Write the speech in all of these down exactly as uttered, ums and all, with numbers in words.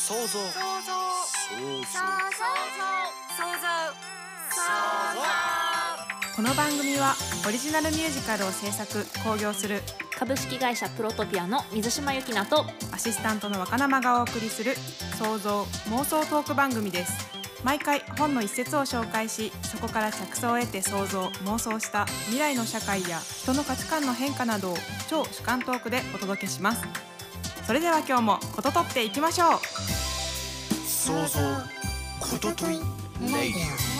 想像想像想像想像この番組はオリジナルミュージカルを制作興行する株式会社プロトピアの水島由紀奈とアシスタントの若生がお送りする想像妄想トーク番組です。毎回本の一節を紹介し、そこから着想を得て想像妄想した未来の社会や人の価値観の変化などを超主観トークでお届けします。それでは今日もこととっていきましょう。 想像ことといレディオ。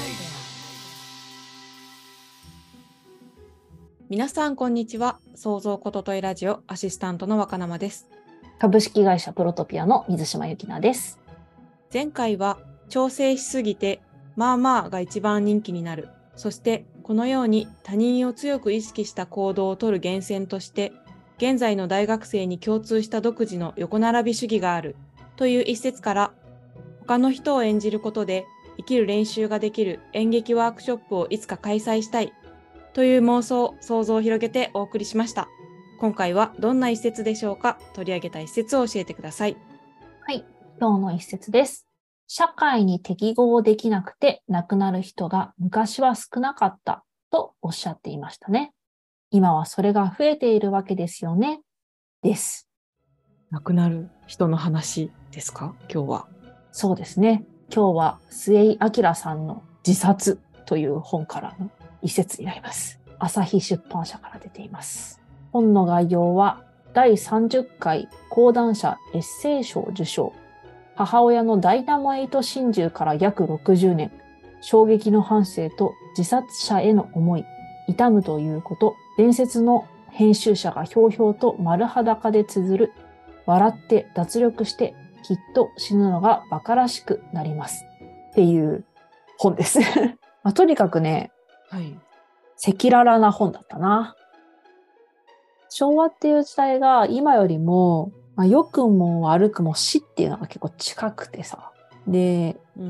皆さんこんにちは。想像ことといラジオアシスタントの若生です。 株式会社プロトピアの水島由紀奈です。 前回は調整しすぎてまあまあが一番人気になる、そしてこのように他人を強く意識した行動をとる源泉として現在の大学生に共通した独自の横並び主義があるという一節から、他の人を演じることで生きる練習ができる演劇ワークショップをいつか開催したいという妄想想像を広げてお送りしました。今回はどんな一節でしょうか。取り上げた一節を教えてください。 はい、今日の一節です。社会に適合できなくて亡くなる人が昔は少なかったとおっしゃっていましたね。今はそれが増えているわけですよね。です。 亡くなる人の話ですか、今日は。 そうですね。今日は末井明さんの自殺という本からの一節になります。朝日出版社から出ています。本の概要はだいさんじゅっかい講談社エッセイ賞受賞。母親のダイナマイト心中から約ろくじゅうねん。衝撃の半生と自殺者への思い。悼むということ。伝説の編集者がひょうひょうと丸裸で綴る。笑って脱力してきっと死ぬのが馬鹿らしくなります。っていう本です。まあ、とにかくね、 はい。 赤裸々な本だったな。昭和っていう時代が今よりも、まあ、良くも悪くも死っていうのが結構近くてさ。で、 うんうん、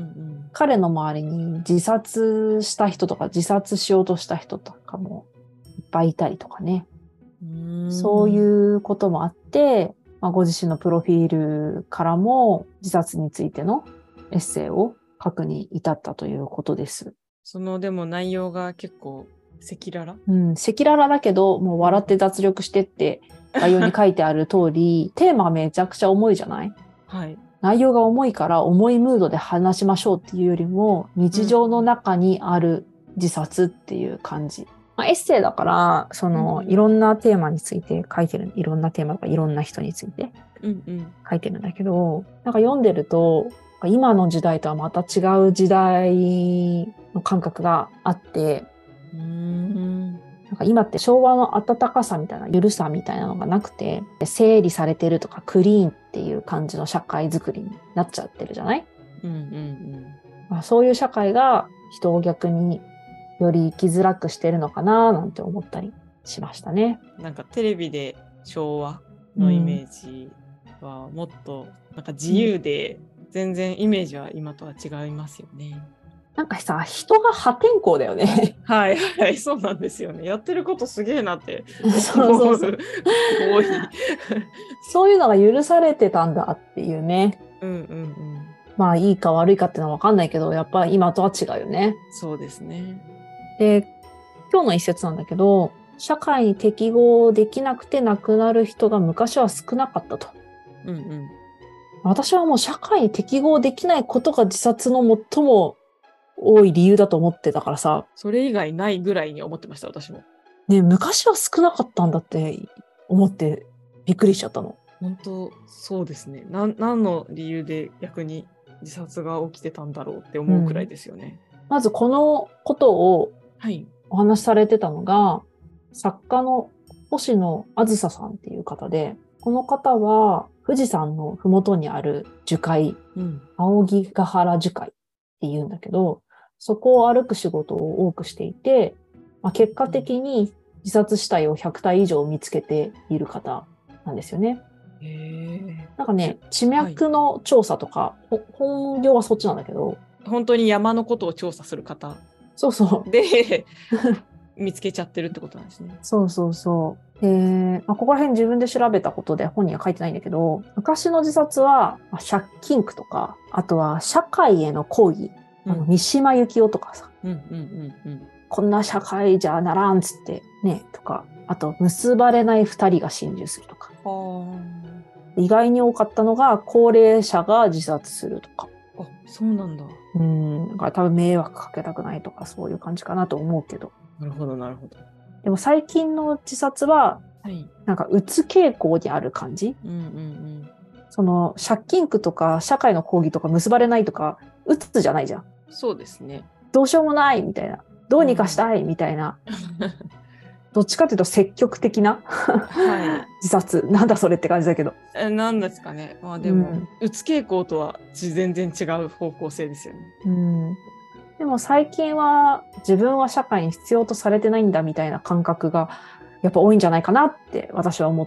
彼の周りに自殺した人とか自殺しようとした人とかもいっぱいいたりとかね。 うーん、 そういうこともあって、まあ、ご自身のプロフィールからも自殺についてのエッセイを書くに至ったということです。 そのでも内容が結構赤裸々、 うん、赤裸々だけどもう笑って脱力してって概要に書いてある通りテーマはめちゃくちゃ重いじゃない？ はい。 内容が重いから重いムードで話しましょうっていうよりも日常の中にある自殺っていう感じ。うん、まあ、エッセイだからその、うん、いろんなテーマについて書いてる、いろんなテーマとかいろんな人について書いてるんだけど、うんうん、なんか読んでると今の時代とはまた違う時代の感覚があって、 うーん、 なんか今って昭和の温かさみたいな緩さみたいなのがなくて、整理されてるとかクリーンっていう感じの社会づくりになっちゃってるじゃない？ うんうんうん。 まあ、そういう社会が人を逆により生きづらくしてるのかななんて思ったりしましたね。 なんかテレビで昭和のイメージはもっとなんか自由で、全然イメージは今とは違いますよね。 なんかさ、人が破天荒だよね。 はいはい、そうなんですよね。やってることすげえなって思う。 そうそうそう多い。 そういうのが許されてたんだっていうね。 うんうんうん。 まあいいか悪いかっていうのは分かんないけど、やっぱり今とは違うよね。 そうですね。 で、今日の一節なんだけど、社会に適合できなくて亡くなる人が昔は少なかったと。 うんうん。 私はもう社会に適合できないことが自殺の最も多い理由だと思ってたからさ。 それ以外ないぐらいに思ってました、私も。 ね、昔は少なかったんだって思ってびっくりしちゃったの。 本当そうですね。な何の理由で逆に自殺が起きてたんだろうって思うくらいですよね。 うん、まずこのことをお話しされてたのが、はい、作家の星野あずささんっていう方で、この方は富士山のふもとにある樹海、うん、青木ヶ原樹海っていうんだけど、そこを歩く仕事を多くしていて、まあ、結果的に自殺死体をひゃくたい以上見つけている方なんですよね。 へー、 なんかね、地脈の調査とか、はい、本業はそっちなんだけど、 本当に山のことを調査する方。 そうそう。 で、 見つけちゃってるってことなんですね。 そうそうそう。で、まあ、ここら辺自分で調べたことで本には書いてないんだけど、昔の自殺は、まあ、借金苦とか、あとは社会への抗議、あの三島由紀夫とかさ、 うんうんうんうん、 こんな社会じゃならんっつってね、とか、あと結ばれない二人が心中するとか。意外に多かったのが高齢者が自殺するとか。 あ、そうなんだ。 うん、だから多分迷惑かけたくないとかそういう感じかなと思うけど。 なるほどなるほど。 でも最近の自殺は、はい、なんかうつ傾向にある感じ。うんうんうん。その借金苦とか社会の抗議とか結ばれないとかうつじゃないじゃん。 そうですね。 どうしようもないみたいな。どうにかしたいみたいな。うん、どっちかというと積極的な、はい、自殺。なんだそれって感じだけど。 え、なんですかね。まあでも、うん、うつ傾向とは全然違う方向性ですよね。 うん。でも最近は自分は社会に必要とされてないんだみたいな感覚がやっぱ多いんじゃないかなって私は思って、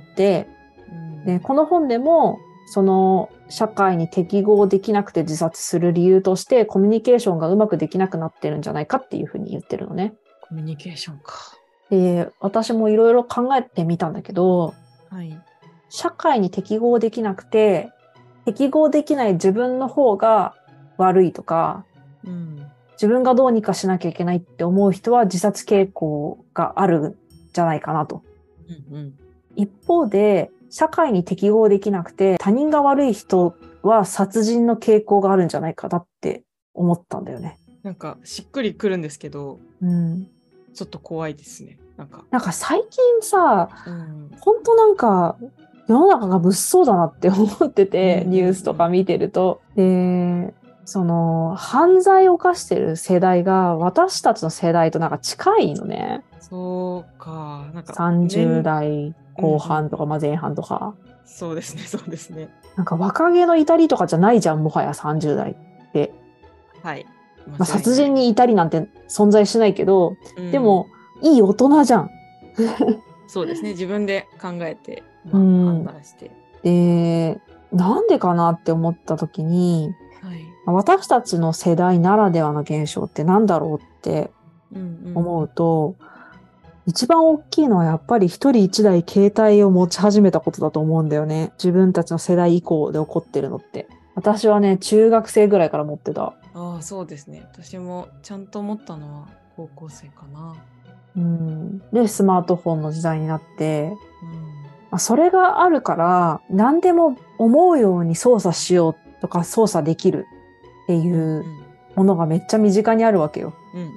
うん、でこの本でもその社会に適合できなくて自殺する理由としてコミュニケーションがうまくできなくなってるんじゃないかっていうふうに言ってるのね。 コミュニケーションか。 で、私もいろいろ考えてみたんだけど、はい、社会に適合できなくて適合できない自分の方が悪いとか、うん、自分がどうにかしなきゃいけないって思う人は自殺傾向があるんじゃないかなと。うんうん、一方で、社会に適合できなくて他人が悪い人は殺人の傾向があるんじゃないかなって思ったんだよね。 なんかしっくりくるんですけど、うん、ちょっと怖いですね。なんか、 なんか最近さ、うん、ほんとなんか世の中が物騒だなって思ってて、うんうんうん、ニュースとか見てると。で、その犯罪を犯してる世代が私たちの世代となんか近いのね。 そうか。なんかさんじゅう代後半とか、うんうん、まあ前半とか。 そうですね、そうですね。 なんか若気の至りとかじゃないじゃん、もはやさんじゅう代って。 はい。 まあ、殺人に至りなんて存在しないけど、うん、でもいい大人じゃん。 そうですね、自分で考えて、まあ、判断して。 で、なんでかなって思った時に、はい、私たちの世代ならではの現象ってなんだろうって思うと、うんうん、一番大きいのはやっぱり一人一台携帯を持ち始めたことだと思うんだよね。自分たちの世代以降で起こってるのって。私はね、中学生ぐらいから持ってた。 ああ、そうですね。私もちゃんと思ったのは高校生かな。 うん、で、スマートフォンの時代になって、うんまあ、それがあるから何でも思うように操作しようとか操作できるっていうものがめっちゃ身近にあるわけよ。うんうんうん、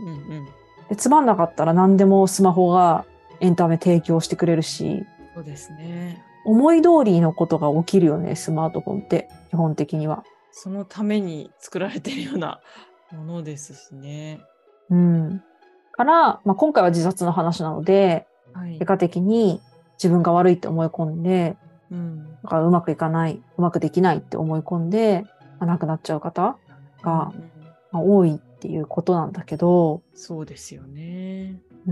でつまんなかったら何でもスマホがエンタメ提供してくれるし、 そうですね。 思い通りのことが起きるよね、スマートフォンって基本的には。 そのために作られてるようなものですしね。 うん。から、まあ、今回は自殺の話なので、はい、結果的に自分が悪いって思い込んで、うん、だからうまくいかない、うまくできないって思い込んで、まあ、亡くなっちゃう方が、うんうんまあ、多いっていうことなんだけど。 そうですよね。うん、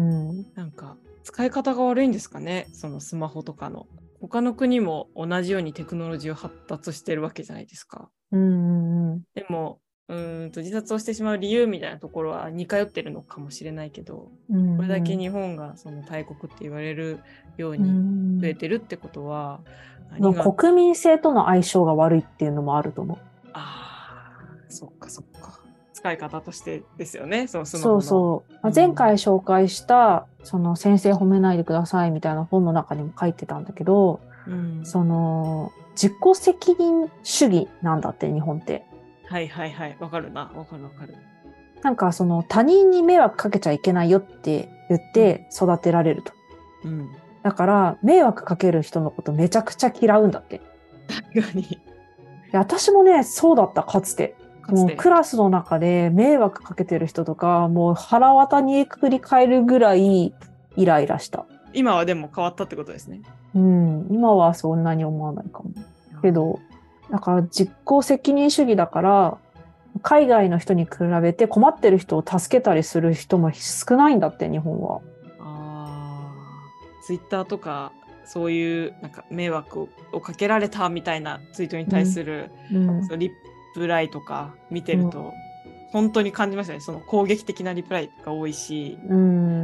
なんか使い方が悪いんですかね、そのスマホとかの。他の国も同じようにテクノロジーを発達してるわけじゃないですか。うんうんうん、でもうーんと自殺をしてしまう理由みたいなところは似通ってるのかもしれないけど、うんうん、これだけ日本がその大国って言われるように増えてるってことは、 うん、何が国民性との相性が悪いっていうのもあると思う。 ああ、そっかそっか。使い方としてですよね、そのスマホの。 そうそう。前回紹介したその先生褒めないでくださいみたいな本の中にも書いてたんだけど、うん、その自己責任主義なんだって日本って。 はいはいはい、わかるな、わかるわかる。 なんかその他人に迷惑かけちゃいけないよって言って育てられると。うん。だから迷惑かける人のことめちゃくちゃ嫌うんだって。 確かに。 私もね、そうだった、かつて。もうクラスの中で迷惑かけてる人とか、もう腹渡にくり返るぐらいイライラした。 今はでも変わったってことですね。 うん、今はそんなに思わないかも。けど、だから実行責任主義だから、海外の人に比べて困ってる人を助けたりする人も少ないんだって、日本は。 ああ、ツイッターとかそういうなんか迷惑をかけられたみたいなツイートに対する、うんうん、リプライとか見てると、 本当に感じましたね。その攻撃的なリプライが多いし、 うん。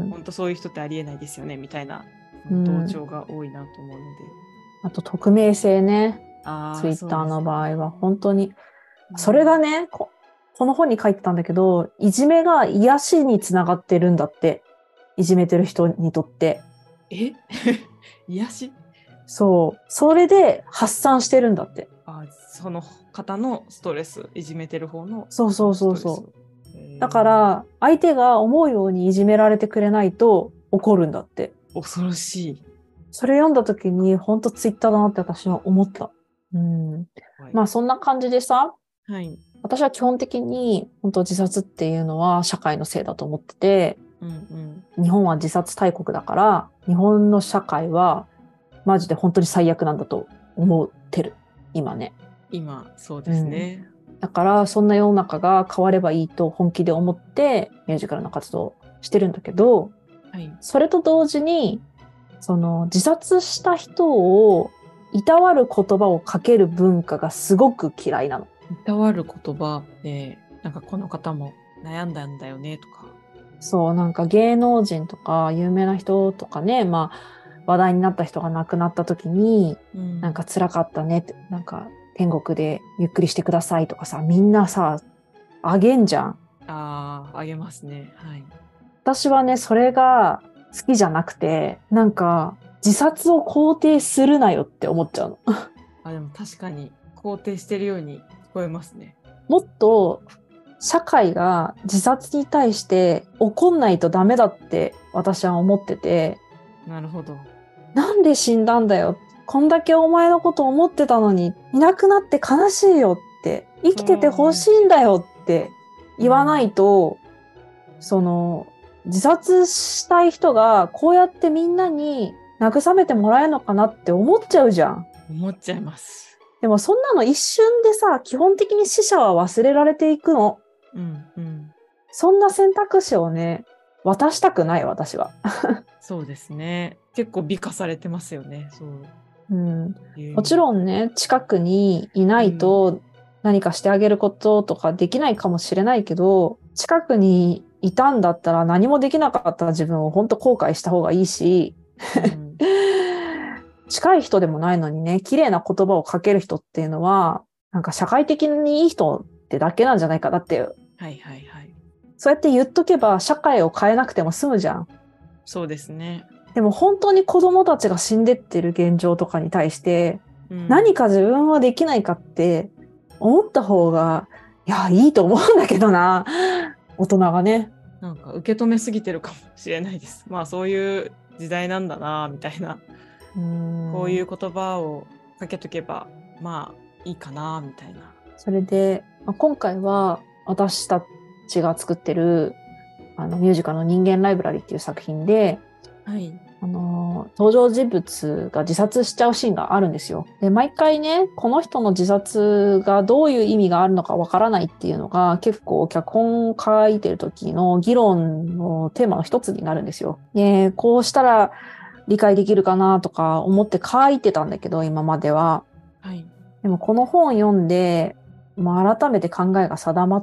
本当そういう人ってありえないですよねみたいなうん同調が多いなと思うので。 あと匿名性ね。 あツイッターの場合は本当に。 うんそれがね、こ、この本に書いてたんだけど、いじめが癒しにつながってるんだって。いじめてる人にとって。 え癒しそう。それで発散してるんだって。 あ、その方のストレス、いじめてる方のそうそうそうそうストレス。 だから、相手が思うようにいじめられてくれないと怒るんだって。 恐ろしい。 それ読んだ時に、本当ツイッターだなって私は思った。うん。 はい、 まあそんな感じでさ、 はい、 私は基本的に本当自殺っていうのは社会のせいだと思ってて、 うん日本は自殺大国だから、日本の社会はマジで本当に最悪なんだと思ってる。今ね。 今、そうですね。 うん、だから、そんな世の中が変わればいいと本気で思ってミュージカルの活動をしてるんだけど、 はい、 それと同時に、その自殺した人をいたわる言葉をかける文化がすごく嫌いなの。 いたわる言葉で、なんかこの方も悩んだんだよねとか。 そう、なんか芸能人とか有名な人とかね、まあ話題になった人が亡くなった時に、うん、なんか辛かったねって、なんか天国でゆっくりしてくださいとかさ、みんなさ、あげんじゃん。 ああ、あげますね。はい。 私はね、それが好きじゃなくて、なんか自殺を肯定するなよって思っちゃうの。 あ、でも確かに肯定してるように聞こえますね。 もっと社会が自殺に対して怒んないとダメだって私は思ってて。 なるほど。 なんで死んだんだよ。こんだけお前のこと思ってたのにいなくなって悲しいよって、生きててほしいんだよって言わないと、うん、その自殺したい人がこうやってみんなに慰めてもらえるのかなって思っちゃうじゃん。 思っちゃいます。 でもそんなの一瞬でさ、基本的に死者は忘れられていくの。 うんうん。 そんな選択肢をね、渡したくない私は。 そうですね。結構美化されてますよね。そう。 うん。もちろんね、近くにいないと何かしてあげることとかできないかもしれないけど、近くにいたんだったら何もできなかった自分を本当後悔した方がいいし、うん近い人でもないのにね、綺麗な言葉をかける人っていうのは、なんか社会的にいい人ってだけなんじゃないかなっていう。 はいはいはい。 そうやって言っとけば社会を変えなくても済むじゃん。 そうですね。 でも本当に子供たちが死んでってる現状とかに対して、うん、何か自分はできないかって思った方が、いや、いいと思うんだけどな。大人がね。 なんか受け止めすぎてるかもしれないです。まあそういう時代なんだな、みたいな。うーんこういう言葉をかけとけばまあいいかなみたいな。 それで、まあ、今回は私たちが作ってるあのミュージカルの人間ライブラリっていう作品で、 はい、 あの登場人物が自殺しちゃうシーンがあるんですよ。で、毎回ね、この人の自殺がどういう意味があるのかわからないっていうのが結構脚本を書いてる時の議論のテーマの一つになるんですよ。で、こうしたら理解できるかなとか思って書いてたんだけど、今までは。 はい。 でもこの本読んで、まあ、改めて考えが定まって、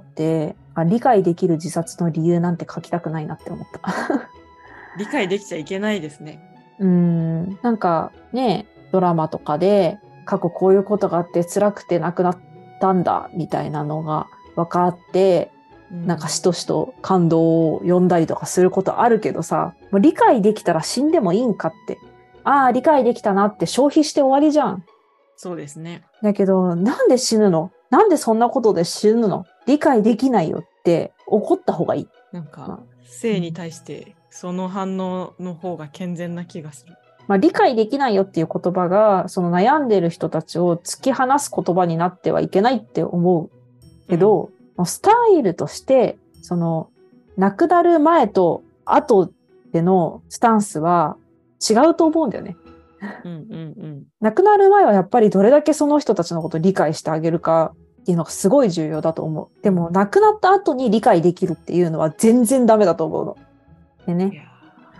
理解できる自殺の理由なんて書きたくないなって思った。 理解できちゃいけないですね。 うーん。なんかね、ドラマとかで過去こういうことがあって辛くて亡くなったんだみたいなのが分かって、なんかしとしと感動を呼んだりとかすることあるけどさ、もう理解できたら死んでもいいんかって。ああ、理解できたなって消費して終わりじゃん。 そうですね。 だけど、なんで死ぬの？なんでそんなことで死ぬの？理解できないよって怒った方がいい。 なんか、まあ、生に対してその反応の方が健全な気がする。 まあ、理解できないよっていう言葉が、その悩んでる人たちを突き放す言葉になってはいけないって思うけど、うん、スタイルとして、その、亡くなる前と後でのスタンスは違うと思うんだよね。 うんうんうん、 亡くなる前はやっぱりどれだけその人たちのことを理解してあげるかっていうのがすごい重要だと思う。でも亡くなった後に理解できるっていうのは全然ダメだと思うの。でね。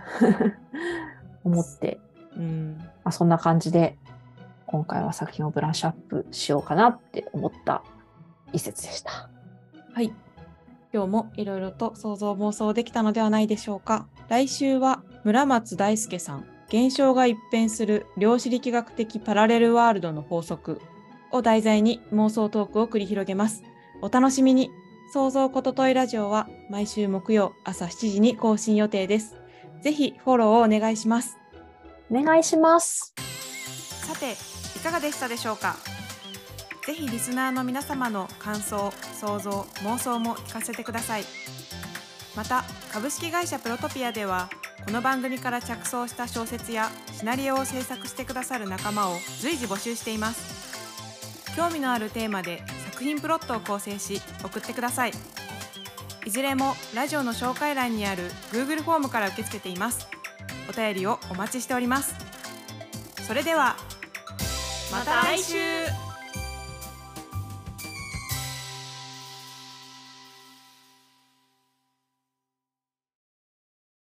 思って、うんまあ、そんな感じで今回は作品をブラッシュアップしようかなって思った一節でした。 はい。 今日もいろいろと想像妄想できたのではないでしょうか。来週は村松大輔さん、現象が一変する量子力学的パラレルワールドの法則を題材に妄想トークを繰り広げます。お楽しみに。想像ことといラジオは毎週木曜朝しちじに更新予定です。ぜひフォローをお願いします。 お願いします。 さて、いかがでしたでしょうか。ぜひリスナーの皆様の感想、想像、妄想も聞かせてください。また、株式会社プロトピアでは、この番組から着想した小説やシナリオを制作してくださる仲間を随時募集しています。興味のあるテーマで作品プロットを構成し送ってください。いずれもラジオの紹介欄にある Google フォームから受け付けています。お便りをお待ちしております。それでは、また来週。